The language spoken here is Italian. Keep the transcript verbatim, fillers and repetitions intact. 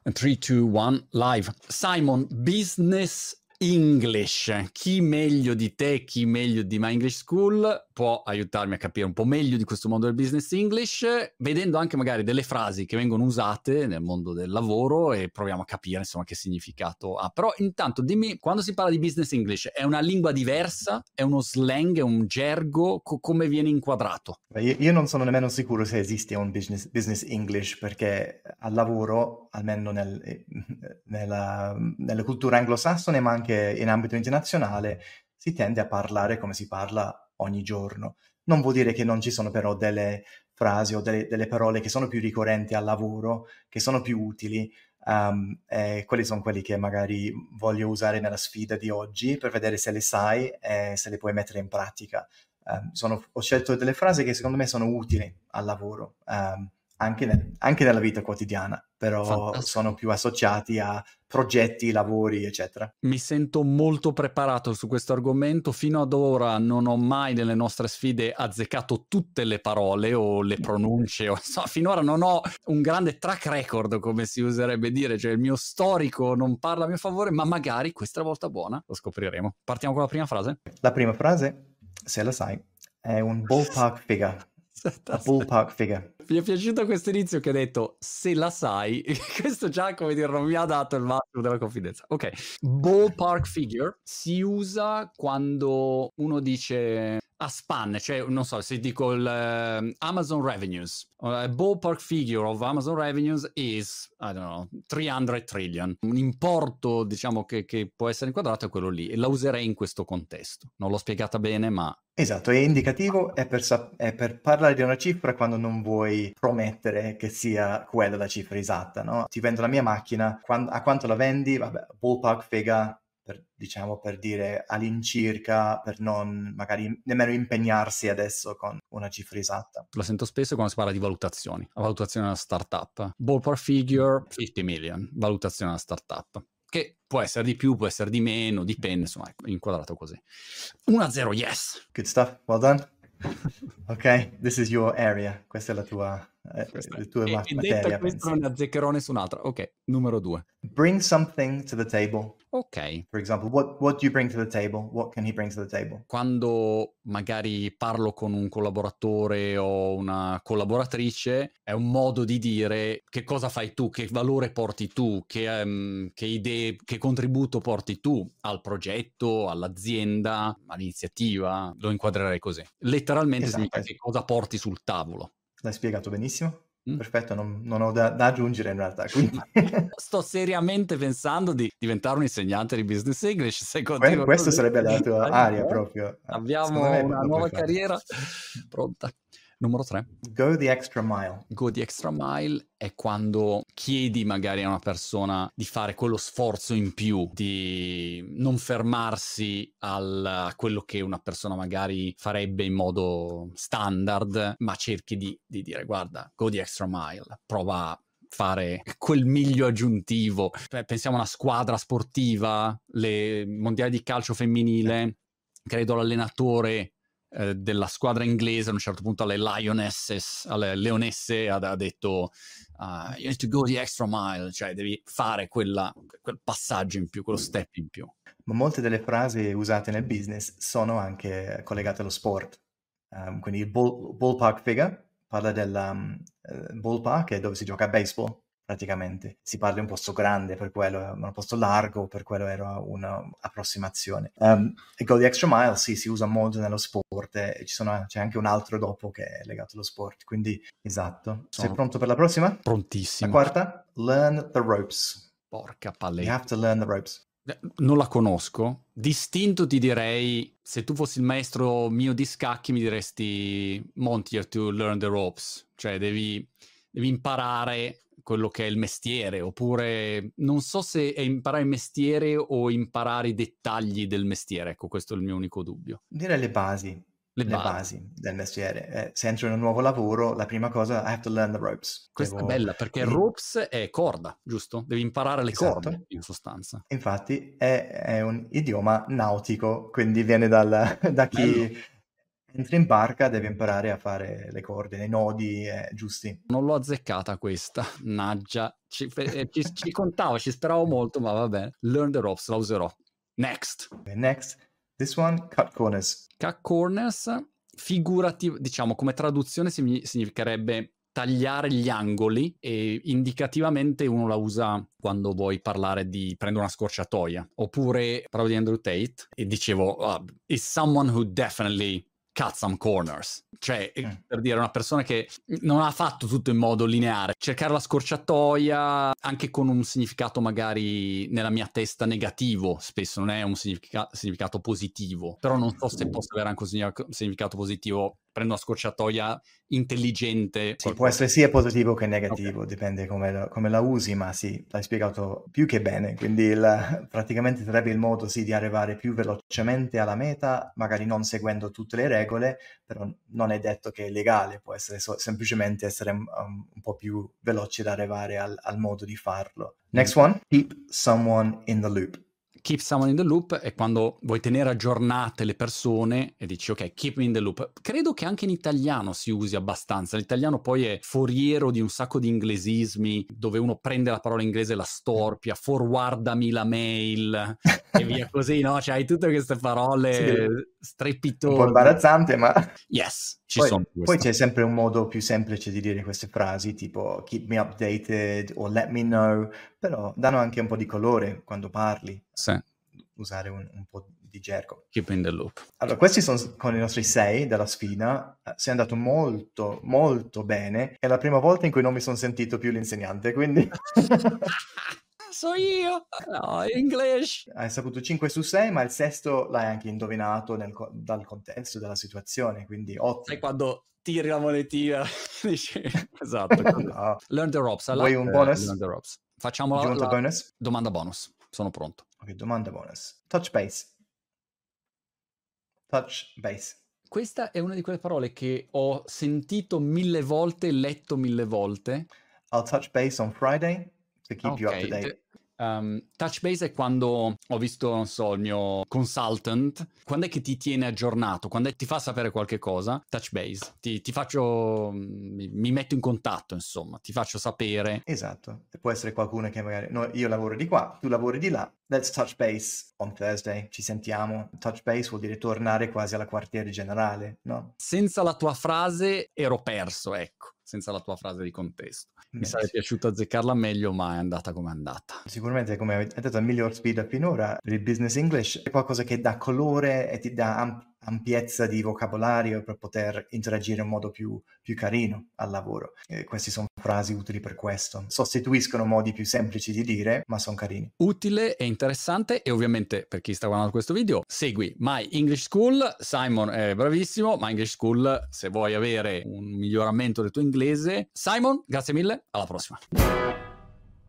tre, due, uno, live. Simon, business English. Chi meglio di te, chi meglio di My English School può aiutarmi a capire un po' meglio di questo mondo del business English, vedendo anche magari delle frasi che vengono usate nel mondo del lavoro e proviamo a capire insomma che significato ha. Però intanto dimmi, quando si parla di business English è una lingua diversa? È uno slang? È un gergo? Co- come viene inquadrato? Beh, io, io non sono nemmeno sicuro se esiste un business, business English, perché al lavoro, almeno nel, eh, nella, nella cultura anglosassone, ma anche in ambito internazionale, si tende a parlare come si parla ogni giorno. Non vuol dire che non ci sono però delle frasi o delle, delle parole che sono più ricorrenti al lavoro, che sono più utili, um, e quelli sono quelli che magari voglio usare nella sfida di oggi per vedere se le sai e se le puoi mettere in pratica. Um, sono, ho scelto delle frasi che secondo me sono utili al lavoro, um, anche, nel, anche nella vita quotidiana, però Fantastico. sono più associati a progetti, lavori, eccetera. Mi sento molto preparato su questo argomento. Fino ad ora non ho mai nelle nostre sfide azzeccato tutte le parole o le pronunce. O, so, finora non ho un grande track record, come si userebbe dire, cioè il mio storico non parla a mio favore, ma magari questa volta buona lo scopriremo. Partiamo con la prima frase? La prima frase, se la sai, è un ballpark figure. A ballpark figure. Mi è piaciuto questo inizio che hai detto se la sai. Questo già, come dire, non mi ha dato il massimo della confidenza. Ok, ballpark figure si usa quando uno dice a spanne, cioè non so se dico il uh, Amazon revenues, uh, ballpark figure of Amazon revenues is, I don't know, trecento trillion. Un importo, diciamo, che, che può essere inquadrato è quello lì, e la userei in questo contesto. Non l'ho spiegata bene, ma... Esatto, è indicativo, è per, sap- è per parlare di una cifra quando non vuoi promettere che sia quella la cifra esatta, no? Ti vendo la mia macchina, quan- a quanto la vendi? Vabbè, ballpark figure, per, diciamo per dire all'incirca, per non magari nemmeno impegnarsi adesso con una cifra esatta. La sento spesso quando si parla di valutazioni, la valutazione della startup. Ballpark figure, cinquanta million, valutazione della startup. Che può essere di più, può essere di meno, dipende, insomma, è inquadrato così. uno a zero, yes! Good stuff, well done. Ok, this is your area, questa è la tua, eh, la tua e, ma- e materia, detta questa penso. non ne azzeccherò nessun'altra. Ok, numero due. Bring something to the table. Ok. For example, what, what do you bring to the table? What can he bring to the table? Quando magari parlo con un collaboratore o una collaboratrice, è un modo di dire che cosa fai tu, che valore porti tu, che, um, che idee, che contributo porti tu al progetto, all'azienda, all'iniziativa. Lo inquadrerei così. Letteralmente Esatto, significa es- che cosa porti sul tavolo. l'hai spiegato benissimo. Mm? Perfetto, non, non ho da, da aggiungere in realtà. Quindi Sto seriamente pensando di diventare un insegnante di business English. Se que- continuo questa così, sarebbe la tua eh, area eh, proprio. Eh, Secondo abbiamo me una lo puoi nuova fare. carriera pronta. Numero tre. Go the extra mile. Go the extra mile è quando chiedi magari a una persona di fare quello sforzo in più, di non fermarsi al, a quello che una persona magari farebbe in modo standard, ma cerchi di, di dire guarda, go the extra mile, prova a fare quel miglio aggiuntivo. Pensiamo a una squadra sportiva, le mondiali di calcio femminile, credo l'allenatore della squadra inglese a un certo punto alle Lionesses, alle Leonesse ha, ha detto uh, you need to go the extra mile, cioè devi fare quella, quel passaggio in più, quello step in più. Ma molte delle frasi usate nel business sono anche collegate allo sport. Um, quindi il ball, ballpark figure parla del um, uh, ballpark, è dove si gioca a baseball, praticamente. Si parla di un posto grande, per quello è un posto largo, per quello era un'approssimazione. Um, e go the extra mile, sì, si usa molto nello sport e ci sono, c'è anche un altro dopo che è legato allo sport. Quindi, esatto. Sono Sei pronto per la prossima? prontissimo. La quarta? Learn the ropes. Porca You paletta. have to learn the ropes. Non la conosco. Distinto ti direi, se tu fossi il maestro mio di scacchi mi diresti Monty, you have to learn the ropes. Cioè devi, devi imparare quello che è il mestiere, oppure non so se è imparare il mestiere o imparare i dettagli del mestiere. Ecco, questo è il mio unico dubbio. Direi le basi. Le Le basi. basi del mestiere. Eh, se entro in un nuovo lavoro, la prima cosa, I have to learn the ropes. Questa Devo... è bella perché in... ropes è corda, giusto? Devi imparare le Esatto. corde, in sostanza. Infatti è, è un idioma nautico, quindi viene dal, da chi... Bello. Entri in barca, devi imparare a fare le corde, i nodi eh, giusti. Non l'ho azzeccata questa, naggia. Ci, eh, ci, ci contavo, ci speravo molto, ma va bene. Learn the ropes, la userò. Next. Okay, next, this one, cut corners. Cut corners, figurativ- diciamo come traduzione significherebbe tagliare gli angoli, e indicativamente uno la usa quando vuoi parlare di prendere una scorciatoia. Oppure parlavo di Andrew Tate e dicevo uh, is someone who definitely cut some corners, cioè mm. per dire una persona che non ha fatto tutto in modo lineare, cercare la scorciatoia anche con un significato magari nella mia testa negativo, spesso non è un significa- significato positivo, però non so se possa avere anche un significato positivo. Prendo una scorciatoia intelligente. Sì, può essere sia positivo che negativo, okay. Dipende come la, come la usi, ma sì, l'hai spiegato più che bene, quindi il, praticamente sarebbe il modo sì di arrivare più velocemente alla meta, magari non seguendo tutte le regole, però non è detto che è legale, può essere so- semplicemente essere um, un po' più veloci ad arrivare al, al modo di farlo. Next one, keep someone in the loop. Keep someone in the loop è quando vuoi tenere aggiornate le persone e dici ok, keep me in the loop. Credo che anche in italiano si usi abbastanza. L'italiano poi è foriero di un sacco di inglesismi, dove uno prende la parola inglese e la storpia, forwardami la mail e via così, no? Cioè hai tutte queste parole sì, strepitose. Un po' imbarazzante, ma... Yes, ci poi, sono. Poi c'è sempre un modo più semplice di dire queste frasi, tipo keep me updated o let me know, però danno anche un po' di colore quando parli. Sì. Usare un, un po' di gergo. Keep in the loop. Allora, questi sono con i nostri sei della sfida. Sei andato molto, molto bene. È la prima volta in cui non mi sono sentito più l'insegnante, quindi... So io! No, English! Hai saputo cinque su sei, ma il sesto l'hai anche indovinato nel, dal contesto della situazione, quindi ottimo. Sai quando tiri la monetina? Dici, esatto. No. Learn the ropes. Vuoi un bonus? Learn the ropes. Facciamo la, la bonus? domanda bonus. Sono pronto. Ok, domanda bonus. Touch base. Touch base. Questa è una di quelle parole che ho sentito mille volte, letto mille volte. I'll touch base on Friday to keep okay. you up to date. Um, touch base è quando ho visto, non so, il mio consultant, quando è che ti tiene aggiornato, quando è che ti fa sapere qualche cosa. Touch base, ti, ti faccio, mi, mi metto in contatto, insomma, ti faccio sapere. Esatto, può essere qualcuno che magari, no, io lavoro di qua, tu lavori di là, let's touch base on Thursday, ci sentiamo. Touch base vuol dire tornare quasi alla quartiere generale, no? Senza la tua frase ero perso, ecco. Senza la tua frase di contesto. Mi Beh, sarebbe sì. piaciuto azzeccarla meglio, ma è andata come è andata. Sicuramente, come hai detto, la miglior sfida finora per il business English è qualcosa che dà colore e ti dà amp- ampiezza di vocabolario per poter interagire in modo più, più carino al lavoro. E queste sono frasi utili per questo. Sostituiscono modi più semplici di dire, ma sono carini. Utile e interessante, e ovviamente per chi sta guardando questo video, segui My English School. Simon è bravissimo, My English School, se vuoi avere un miglioramento del tuo inglese. Simon, grazie mille, alla prossima.